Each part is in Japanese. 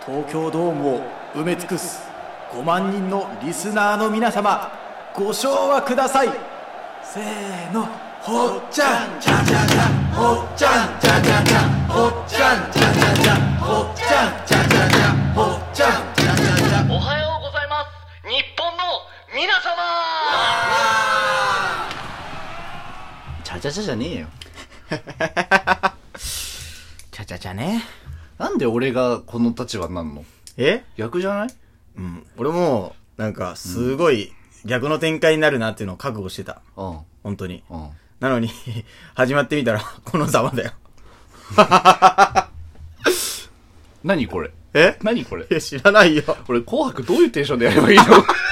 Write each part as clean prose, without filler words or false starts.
東京ドームを埋め尽くす5万人のリスナーの皆様、ご唱和ください。せーの、ほっちゃんちゃちゃちゃ、ほっちゃんちゃちゃちゃ、ほっちゃんちゃちゃちゃ、ほっちゃんちゃちゃちゃ、ほっちゃんちゃちゃちゃ。 おはようございます、日本の皆様。 ちゃちゃちゃじゃねえよ。 ちゃちゃちゃね。 なんで俺がこの立場になんの？逆じゃない？ うん。俺も、なんか、すごい逆の展開になるなっていうのを覚悟してた。 うん。 本当に。 うん。 なのに、始まってみたら、このざまだよ。 何これ？何これ？ いや、知らないよ。 俺、紅白どういうテンションでやればいいの？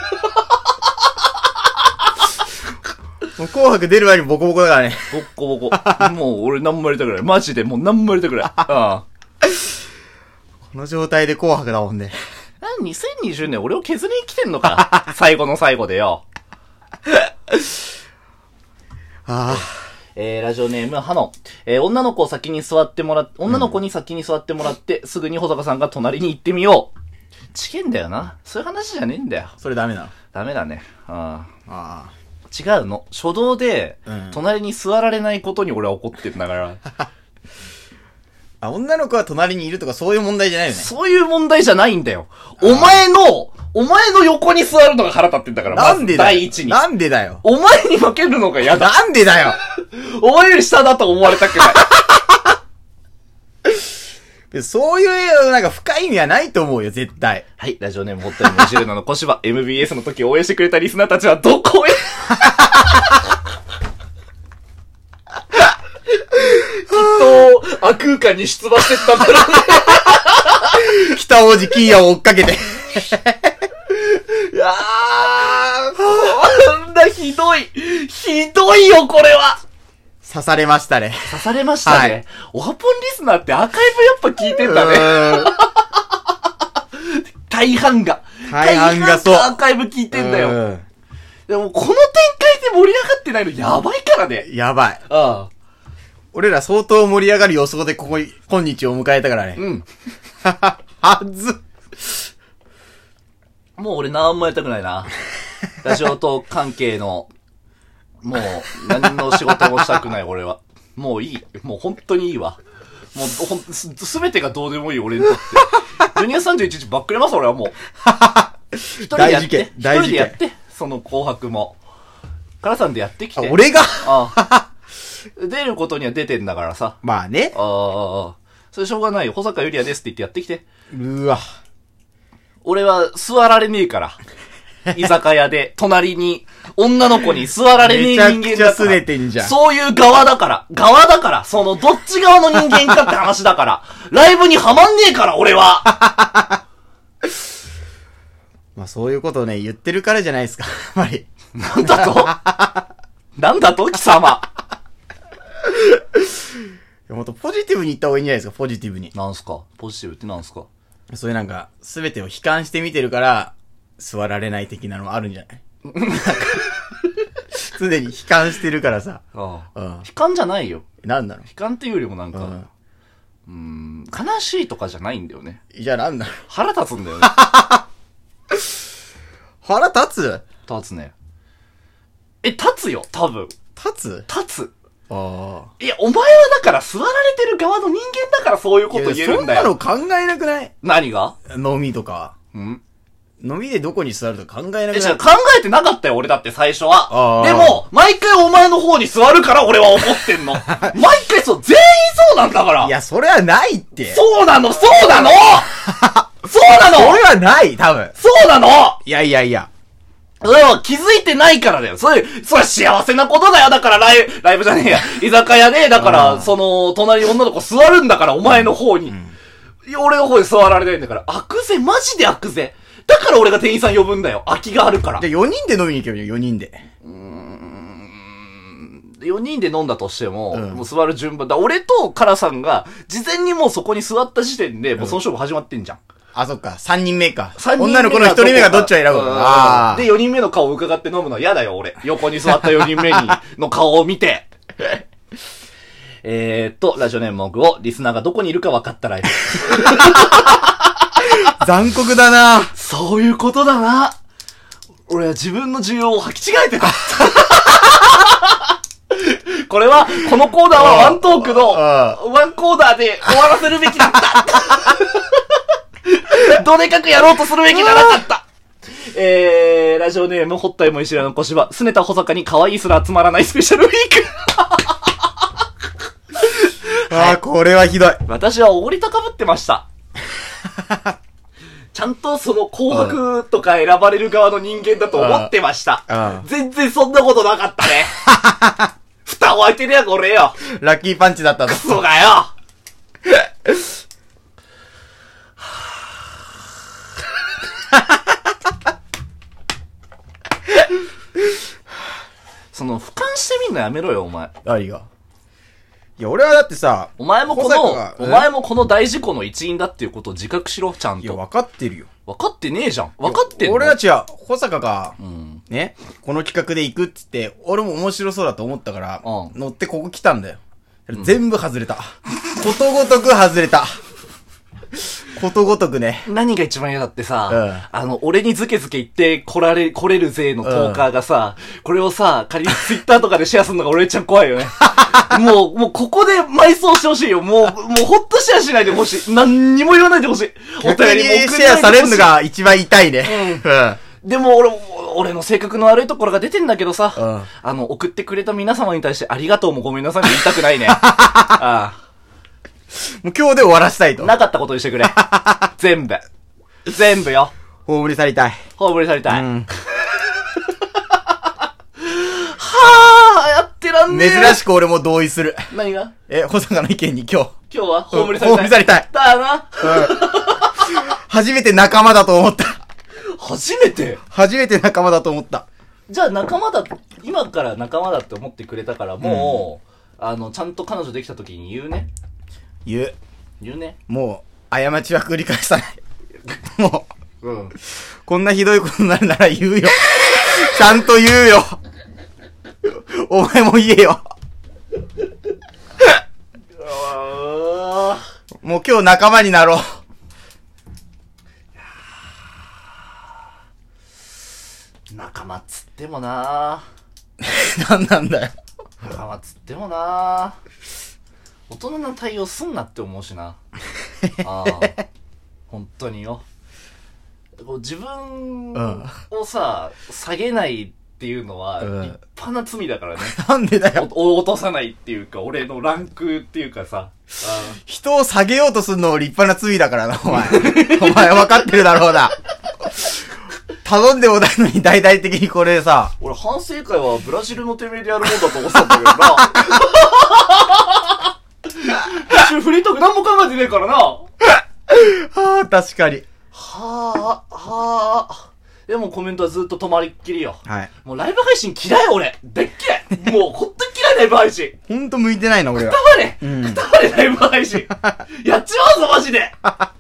もう紅白出る前にボコボコだからね。 ボッコボコ。もう俺何もやりたくない。マジでもう何もやりたくない。ああ。 この状態で紅白だもんね。 2020年俺を削りに来てんのか。最後の最後でよ。 ああ。 ラジオネーム、ハノ。女の子に先に座ってもらって、すぐに保坂さんが隣に行ってみよう。違えんだよな。そういう話じゃねえんだよ。 それダメなの？ ダメだね。ああ。 違うの。初動で、隣に座られないことに俺は怒ってんだから。 あ、女の子は隣にいるとかそういう問題じゃないよね。 そういう問題じゃないんだよ。お前の横に座るのが腹立ってんだから。 なんでだよ。 第一に。 なんでだよ。 お前に負けるのが嫌だ。 なんでだよ。 お前より下だと思われたくない。 そういう、なんか深い意味はないと思うよ、絶対。 はい、ラジオネームホットにジルナの小芝、MBS の時応援してくれたリスナーたちはどこへきっと、悪空間に出馬してったんだろうね。 北王子キーヤを追っかけて。 いやー、こんなひどいよ、これは。 刺されましたね。 刺されましたね。はい、オハポンリスナーってアーカイブやっぱ聞いてんだね。大半がそう。アーカイブ聞いてんだよ。でもこの展開で盛り上がってないのやばいからね。 やばい。 ああ。 俺ら相当盛り上がる予想で今日を迎えたからね。 うん。 はず。 もう俺何もやりたくないな。ラジオと関係の、もう何の仕事もしたくない俺は。もういい。もう本当にいいわ。もうすべてがどうでもいい俺にとって。ジュニア31日ばっくれます俺はもう。一人でやって。一人でやって。その紅白も。カラさんでやってきて。 俺が出ることには出てんだからさ。 まあね。 それしょうがないよ。保坂ゆりやですって言ってやってきて。 うわ。 俺は座られねえから。居酒屋で、隣に、女の子に座られねえ人間だから。 めちゃくちゃ拗ねてんじゃん。 そういう側だから。その、どっち側の人間かって話だから。ライブにはまんねえから、俺は。 まあそういうことをね、言ってるからじゃないですか。やっぱり。 なんだと貴様。 もっとポジティブに言った方がいいんじゃないですか、ポジティブに。 なんすかポジティブってなんすか？ そういうなんか、すべてを悲観して見てるから、座られない的なのもあるんじゃない？常に悲観してるからさ。 悲観じゃないよ。 なんなの？ 悲観っていうよりもなんか、悲しいとかじゃないんだよね。 じゃあなんなの？ 腹立つんだよね。 腹立つね。立つよ、多分。立つ。いや、お前はだから座られてる側の人間だからそういうこと言えるんだよ。 そんなの考えなくない？ 何が？ 飲みとか。飲みでどこに座るとか考えなくない？ 考えてなかったよ、俺だって最初は。でも、毎回お前の方に座るから俺は怒ってんの。毎回そう、全員そうなんだから。 いや、それはないって。 そうなのそれはない、多分。 そうなのいや。 気づいてないからだよ。それ幸せなことだよ。だからライブじゃねえや。居酒屋で、だから、隣に女の子座るんだから、お前の方に。俺の方に座られないんだから。マジで悪ぜ。だから俺が店員さん呼ぶんだよ。空きがあるから。 じゃあ4人で飲みに行けばいいよ、4人で。 4人で飲んだとしても、もう座る順番だ。俺とカラさんが、事前にもうそこに座った時点で、もうその勝負始まってんじゃん。 あ、そっか。3人目か。女の子の1人目がどっちを選ぶの？ で、4人目の顔を伺って飲むのは嫌だよ、俺。横に座った4人目の顔を見て。ラジオネームモグをリスナーがどこにいるか分かったら残酷だな。 そういうことだな。俺は自分の需要を履き違えてた。これは、このコーナーはワントークの、ワンコーナーで終わらせるべきだった。どでかくやろうとするべきじゃなかった。ラジオネーム、ほったいもいしらの小芝、すねたほさかに可愛いすら集まらないスペシャルウィーク。 ああ、これはひどい。 私はおごり高ぶってました。ちゃんとその紅白とか選ばれる側の人間だと思ってました。全然そんなことなかったね。蓋を開いてるやこれよ。 ラッキーパンチだったぞ。 クソがよ。その、俯瞰してみんのやめろよ、お前。 何が？いや、俺はだってさ、 お前もこの大事故の一員だっていうことを自覚しろ、ちゃんと。 いや、分かってるよ。 分かってねえじゃん。分かってんの？ 俺は違う。保坂が、ね、この企画で行くっつって、俺も面白そうだと思ったから、乗ってここ来たんだよ。全部外れた。ことごとく外れた。ことごとくね。 何が一番嫌だってさ、俺にズケズケ言って来れるぜのトーカーがさ、これをさ、仮にツイッターとかでシェアするのが俺ちゃん怖いよね。もうここで埋葬してほしいよ。もうほっとシェアしないでほしい。何にも言わないでほしい。お便りも送シェアされるのが一番痛いね。 でも俺の性格の悪いところが出てんだけどさ、送ってくれた皆様に対してありがとうもごめんなさいも言いたくないね。 もう今日で終わらしたいと。 なかったことにしてくれ。全部よ。 葬り去りたい。 葬り去りたい。はぁ、やってらんねえ。 珍しく俺も同意する。 何が？ 保坂の意見に今日は葬り去りたい。 葬り去りたい。 だよな。 初めて仲間だと思った。 初めて仲間だと思った。 じゃあ今から仲間だって思ってくれたから、もう、ちゃんと彼女できた時に言うね。 言うね。 もう、過ちは繰り返さない。もう、 こんなひどいことになるなら言うよ。ちゃんと言うよ。お前も言えよ。もう今日仲間になろう。 仲間っつってもな何なんだよ。 仲間っつってもな大人な対応すんなって思うしな。本当によ。自分をさ、下げないっていうのは、立派な罪だからね。 なんでだよ。 落とさないっていうか、俺のランクっていうかさ。 人を下げようとするの立派な罪だからな、お前。お前分かってるだろうな。頼んでもないのに大々的にこれさ。 俺反省会はブラジルのてめえでやるもんだと思ってたんだけどな。フリートーク何も考えてねえからな。 はあ、確かに。 はあ。でもコメントはずっと止まりっきりよ。 はい。 もうライブ配信嫌い俺。でっ嫌い。もうほんと嫌いライブ配信。 ほんと向いてないな、俺は。 くたばれライブ配信。やっちまうぞ、マジで。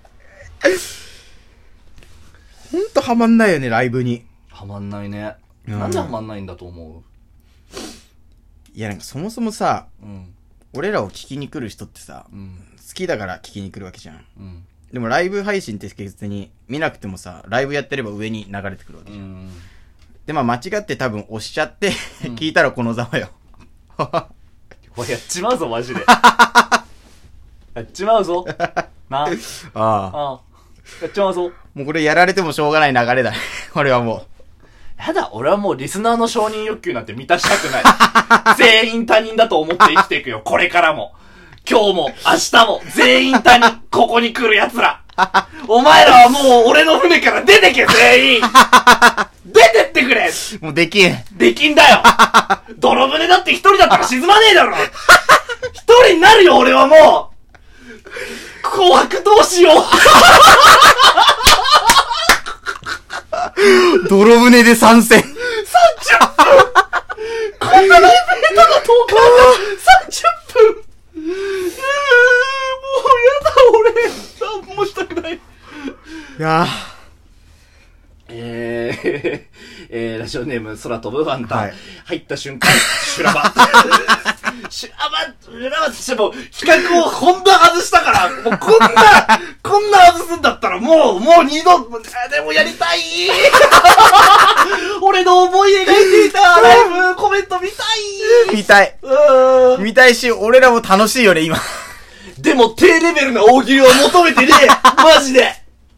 ほんとハマんないよね、ライブに。 ハマんないね。なんでハマんないんだと思う？ いや、なんかそもそもさ、俺らを聞きに来る人ってさ、好きだから聞きに来るわけじゃん。でもライブ配信って別に見なくてもさ、ライブやってれば上に流れてくるわけじゃん。で、間違って多分押しちゃって、聞いたらこのざまよ。 おい、やっちまうぞ、マジで。やっちまうぞ。な。やっちまうぞ。 もうこれやられてもしょうがない流れだね。これはもう。 やだ、俺はもうリスナーの承認欲求なんて満たしたくない。全員他人だと思って生きていくよ、これからも。今日も、明日も、全員他人、ここに来る奴ら。お前らはもう俺の船から出てけ、全員。出てってくれ。 もうできん。 できんだよ。泥船だって一人だったら沈まねえだろ。一人になるよ、俺はもう。紅白どうしよう。泥船で参戦。30分。 こんなライブ下手な10日30分。もうやだ俺。何もしたくない。いやラジオネーム空飛ぶファンタン、入った瞬間修羅場修羅場ってしても企画をこんな外したからもうこんな外すんだったらももう二度、でもやりたい俺の思い描いていたライブコメント見たい見たい。見たいし、俺らも楽しいよね、今。 でも低レベルな大喜利を求めてねマジで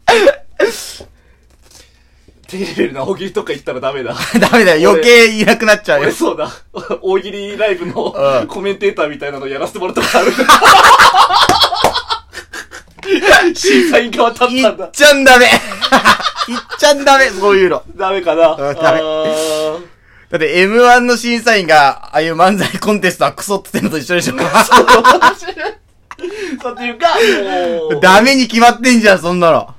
低レベルな大喜利とか言ったらダメだ。 ダメだよ、余計いなくなっちゃうよ。 俺そうだ。大喜利ライブのコメンテーターみたいなのやらせてもらったことある。審査員側立ったんだ。 言っちゃんダメ。言っちゃんダメ、そういうの。 ダメかな。 ダメ。だって M1 の審査員が、ああいう漫才コンテストはクソって言ってんのと一緒でしょ。 そうっていうか、もう。 ダメに決まってんじゃん、そんなの。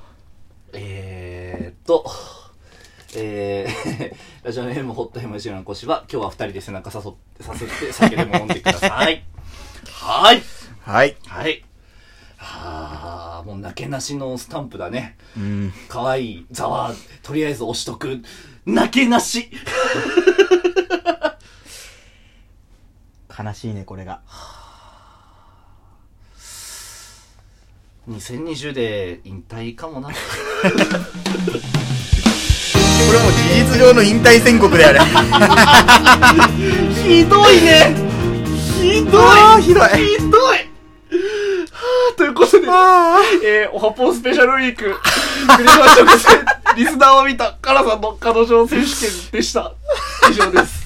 ラジオネームホットヘムシランコシは、今日は二人で背中さすって酒でも飲んでください。はい。 はい。 はい。はぁ、もうなけなしのスタンプだね。 うん。 かわいい。ざわ、とりあえず押しとく。なけなし。 悲しいね、これが。 2020で引退かもな。 これもう事実上の引退宣告だよね。 ひどいね。ひどい。 ひどい。 ひどい。ということで、おはぽんスペシャルウィーク、クリスマス直前、リスナーを見たカラさんの彼女選手権でした。以上です。